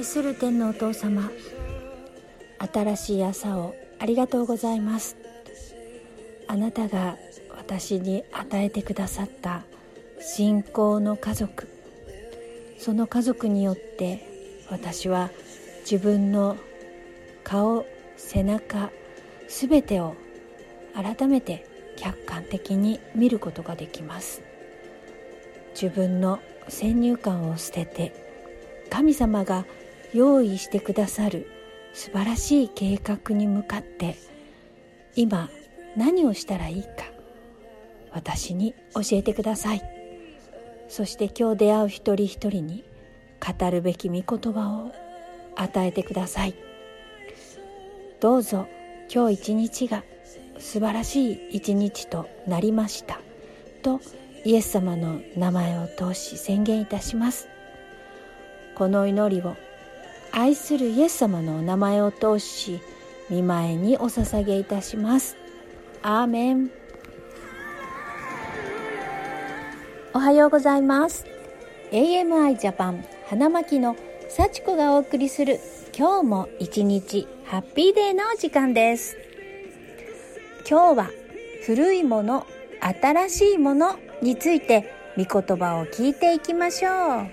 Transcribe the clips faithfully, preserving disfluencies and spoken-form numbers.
愛する天のお父様、新しい朝をありがとうございます。あなたが私に与えてくださった信仰の家族、その家族によって私は自分の顔、背中、すべてを改めて客観的に見ることができます。自分の先入観を捨てて、神様が用意してくださる素晴らしい計画に向かって今何をしたらいいか、私に教えてください。そして今日出会う一人一人に語るべき御言葉を与えてください。どうぞ今日一日が素晴らしい一日となりましたとイエス様の名前を通し宣言いたします。この祈りを愛するイエス様のお名前を通し御前にお捧げいたします。アーメン。おはようございます。 エーエムアイ ジャパン花巻の幸子がお送りする今日も一日ハッピーデーの時間です。今日は古いもの、新しいものについて御言葉を聞いていきましょう。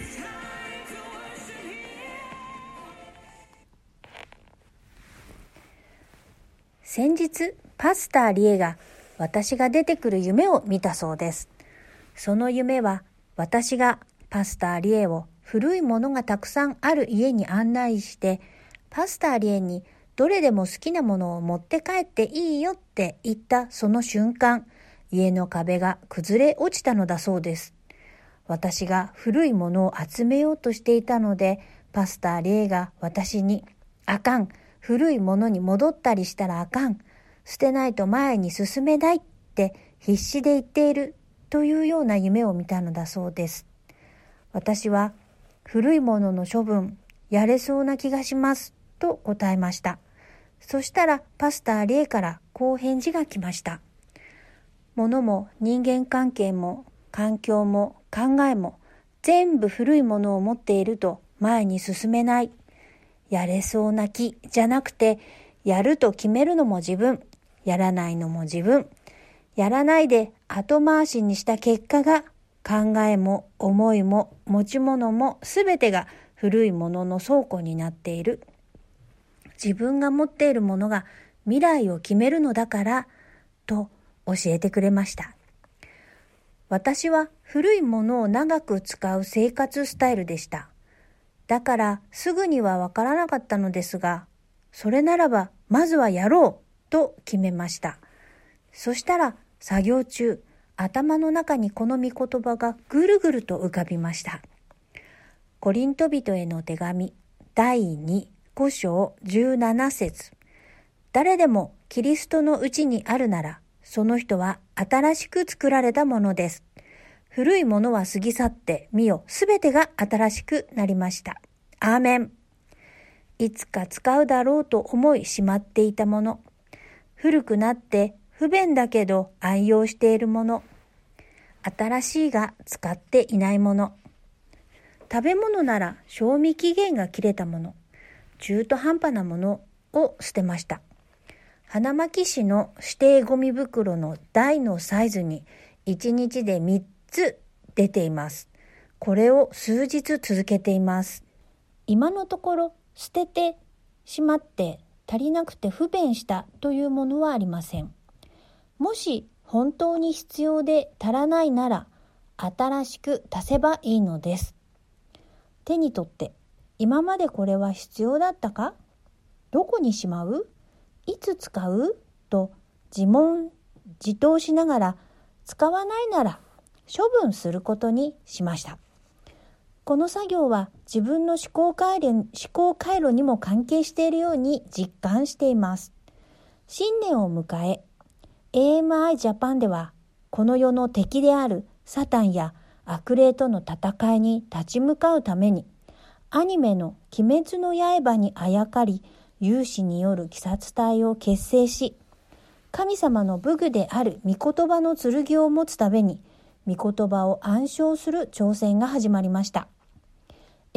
先日パスターリエが私が出てくる夢を見たそうです。その夢は私がパスターリエを古いものがたくさんある家に案内して、パスターリエにどれでも好きなものを持って帰っていいよって言ったその瞬間、家の壁が崩れ落ちたのだそうです。私が古いものを集めようとしていたので、パスターリエが私に、あかん、古いものに戻ったりしたらあかん、捨てないと前に進めないって必死で言っているというような夢を見たのだそうです。私は古いものの処分やれそうな気がしますと答えました。そしたらパスターリエからこう返事が来ました。物も人間関係も環境も考えも全部古いものを持っていると前に進めない。やれそうな気じゃなくて、やると決めるのも自分、やらないのも自分、やらないで後回しにした結果が、考えも思いも持ち物もすべてが古いものの倉庫になっている。自分が持っているものが未来を決めるのだからと教えてくれました。私は古いものを長く使う生活スタイルでした。だからすぐにはわからなかったのですが、それならばまずはやろうと決めました。そしたら作業中、頭の中にこの御言葉がぐるぐると浮かびました。コリント人への手紙だいに、ご章じゅうなな節。誰でもキリストのうちにあるなら、その人は新しく作られたものです。古いものは過ぎ去って見よ、すべてが新しくなりました。アーメン。いつか使うだろうと思いしまっていたもの、古くなって不便だけど愛用しているもの、新しいが使っていないもの、食べ物なら賞味期限が切れたもの、中途半端なものを捨てました。花巻市の指定ゴミ袋の台のサイズにいちにちでみっつ出ています。これを数日続けています。今のところ捨ててしまって足りなくて不便したというものはありません。もし本当に必要で足らないなら新しく足せばいいのです。手に取って今までこれは必要だったか？どこにしまう？いつ使う？と自問自答しながら、使わないなら処分することにしました。この作業は自分の思考回路、思考回路にも関係しているように実感しています。新年を迎え、エーエムアイ ジャパンではこの世の敵であるサタンや悪霊との戦いに立ち向かうために、アニメの鬼滅の刃にあやかり、勇士による鬼殺隊を結成し、神様の武具である御言葉の剣を持つために、御言葉を暗唱する挑戦が始まりました。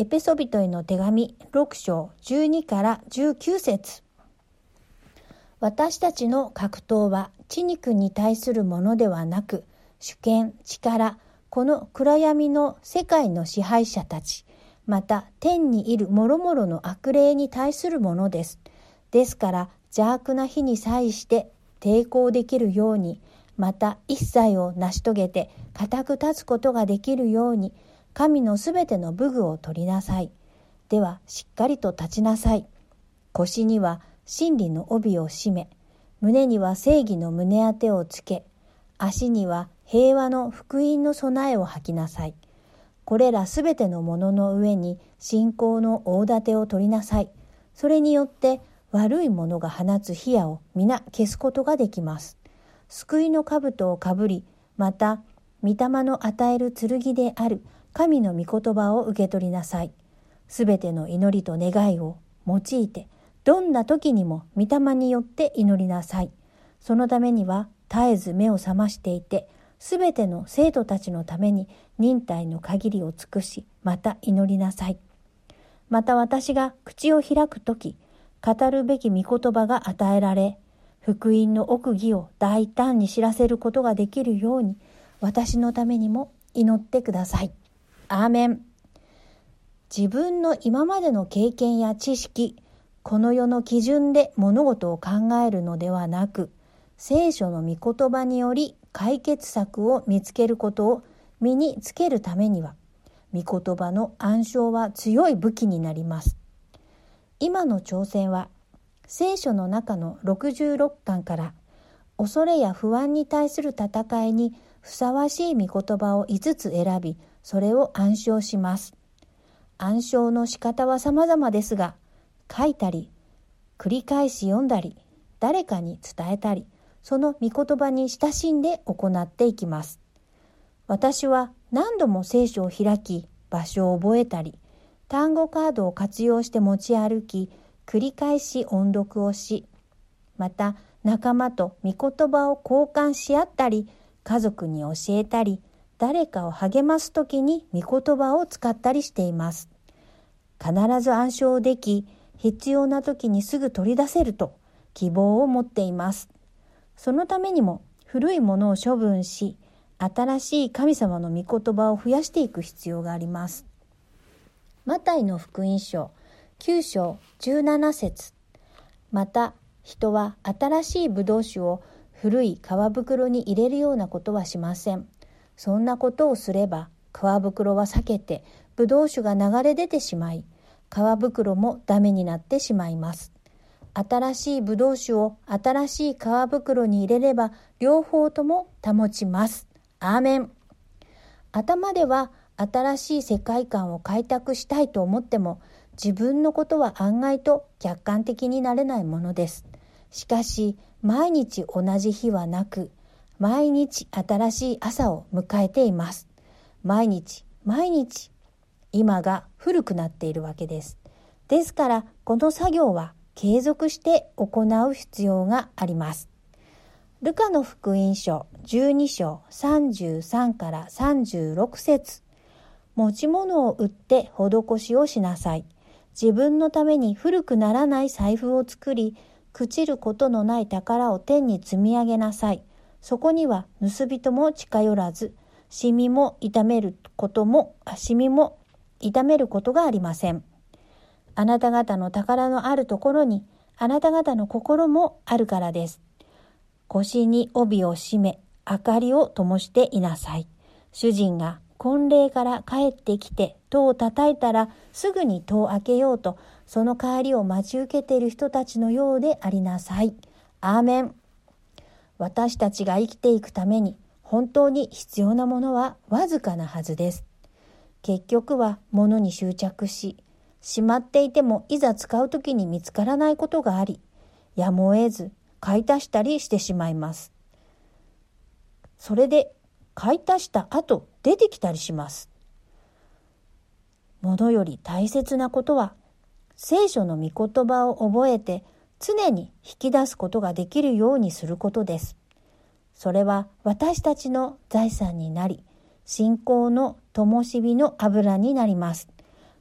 エペソビトへの手紙ろく章じゅうにからじゅうきゅう節。私たちの格闘は血肉に対するものではなく、主権、力、この暗闇の世界の支配者たち、また天にいる諸々の悪霊に対するものです。ですから邪悪な日に際して抵抗できるように、また一切を成し遂げて固く立つことができるように、神のすべての武具を取りなさい。ではしっかりと立ちなさい。腰には真理の帯を締め、胸には正義の胸当てをつけ、足には平和の福音の備えを履きなさい。これらすべてのものの上に信仰の大盾を取りなさい。それによって悪いものが放つ火矢を皆消すことができます。救いの兜をかぶり、また御霊の与える剣である神の御言葉を受け取りなさい。すべての祈りと願いを用いて、どんな時にも御霊によって祈りなさい。そのためには絶えず目を覚ましていて、すべての生徒たちのために忍耐の限りを尽くし、また祈りなさい。また私が口を開くとき、語るべき御言葉が与えられ、福音の奥義を大胆に知らせることができるように、私のためにも祈ってください。アーメン。自分の今までの経験や知識、この世の基準で物事を考えるのではなく、聖書の御言葉により解決策を見つけることを身につけるためには、御言葉の暗唱は強い武器になります。今の挑戦は、聖書の中のろくじゅうろっかんから恐れや不安に対する戦いにふさわしい御言葉をいつつ選び、それを暗唱します。暗唱の仕方は様々ですが、書いたり、繰り返し読んだり、誰かに伝えたり、その御言葉に親しんで行っていきます。私は何度も聖書を開き、場所を覚えたり、単語カードを活用して持ち歩き、繰り返し音読をし、また仲間と御言葉を交換し合ったり、家族に教えたり、誰かを励ますときに御言葉を使ったりしています。必ず暗唱でき、必要なときにすぐ取り出せると希望を持っています。そのためにも古いものを処分し、新しい神様の御言葉を増やしていく必要があります。マタイの福音書きゅう章じゅうなな節。また人は新しいブドウ酒を古い皮袋に入れるようなことはしません。そんなことをすれば皮袋は裂けてブドウ酒が流れ出てしまい、皮袋もダメになってしまいます。新しいブドウ酒を新しい皮袋に入れれば両方とも保ちます。アーメン。頭では新しい世界観を開拓したいと思っても、自分のことは案外と客観的になれないものです。しかし毎日同じ日はなく、毎日新しい朝を迎えています。毎日毎日今が古くなっているわけです。ですからこの作業は継続して行う必要があります。ルカの福音書じゅうに章さんじゅうさんからさんじゅうろく節。持ち物を売って施しをしなさい。自分のために古くならない財布を作り、朽ちることのない宝を天に積み上げなさい。そこには盗人も近寄らず、シミも傷めることも、シミも傷めることがありません。あなた方の宝のあるところに、あなた方の心もあるからです。腰に帯を締め、明かりを灯していなさい。主人が婚礼から帰ってきて戸を叩いたらすぐに戸を開けようと、その帰りを待ち受けている人たちのようでありなさい。アーメン。私たちが生きていくために本当に必要なものはわずかなはずです。結局は物に執着し、しまっていてもいざ使うときに見つからないことがあり、やむを得ず買い足したりしてしまいます。それで買い足した後出てきたりします。ものより大切なことは、聖書の御言葉を覚えて常に引き出すことができるようにすることです。それは私たちの財産になり、信仰の灯火の油になります。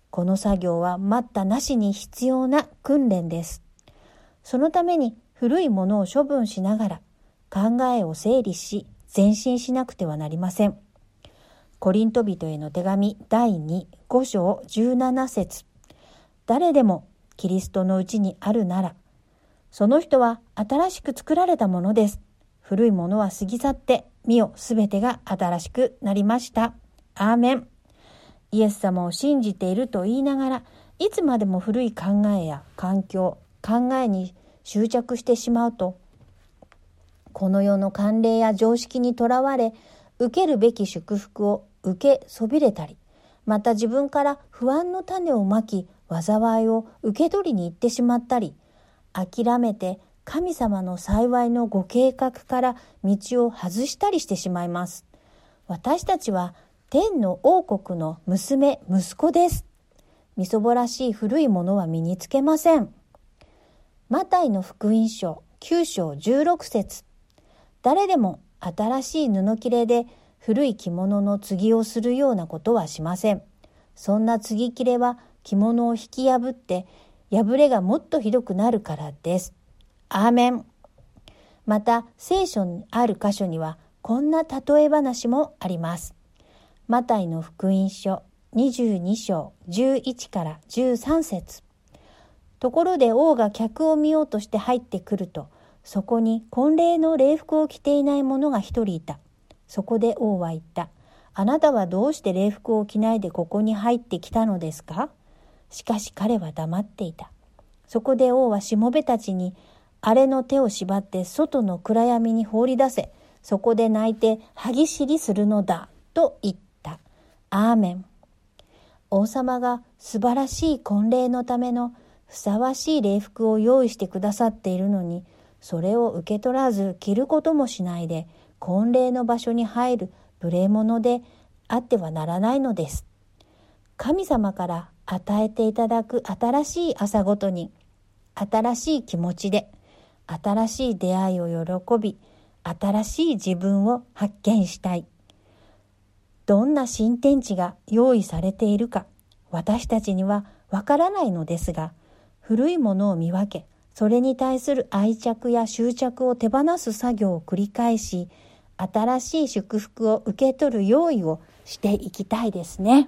この作業は待ったなしに必要な訓練です。そのために古いものを処分しながら考えを整理し前進しなくてはなりません。コリント人への手紙だいに、ご章じゅうなな節。誰でもキリストのうちにあるなら、その人は新しく作られたものです。古いものは過ぎ去って、見よすべてが新しくなりました。アーメン。イエス様を信じていると言いながら、いつまでも古い考えや環境、考えに執着してしまうと、この世の慣例や常識にとらわれ、受けるべき祝福を受けそびれたり、また自分から不安の種をまき、災いを受け取りに行ってしまったり、諦めて神様の幸いのご計画から道を外したりしてしまいます。私たちは天の王国の娘、息子です。みそぼらしい古いものは身につけません。マタイの福音書きゅう章じゅうろく節。誰でも新しい布切れで古い着物の継ぎをするようなことはしません。そんな継ぎ切れは着物を引き破って破れがもっとひどくなるからです。アーメン。また聖書にある箇所にはこんな例え話もあります。マタイの福音書にじゅうに章じゅういちからじゅうさん節。ところで王が客を見ようとして入ってくると、そこに婚礼の礼服を着ていない者が一人いた。そこで王は言った。あなたはどうして礼服を着ないでここに入ってきたのですか？しかし彼は黙っていた。そこで王はしもべたちに、あれの手を縛って外の暗闇に放り出せ。そこで泣いて歯ぎしりするのだ。と言った。アーメン。王様が素晴らしい婚礼のためのふさわしい礼服を用意してくださっているのに、それを受け取らず着ることもしないで、婚礼の場所に入る無礼者であってはならないのです。神様から与えていただく新しい朝ごとに、新しい気持ちで、新しい出会いを喜び、新しい自分を発見したい。どんな新天地が用意されているか、私たちにはわからないのですが、古いものを見分け、それに対する愛着や執着を手放す作業を繰り返し、新しい祝福を受け取る用意をしていきたいですね。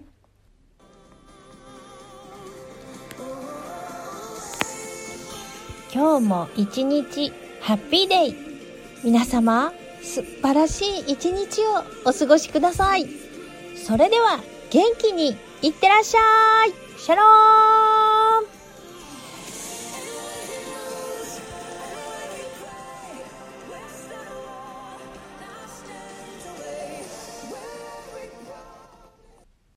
今日も一日ハッピーデイ。皆様、素晴らしい一日をお過ごしください。それでは元気にいってらっしゃい。シャローン。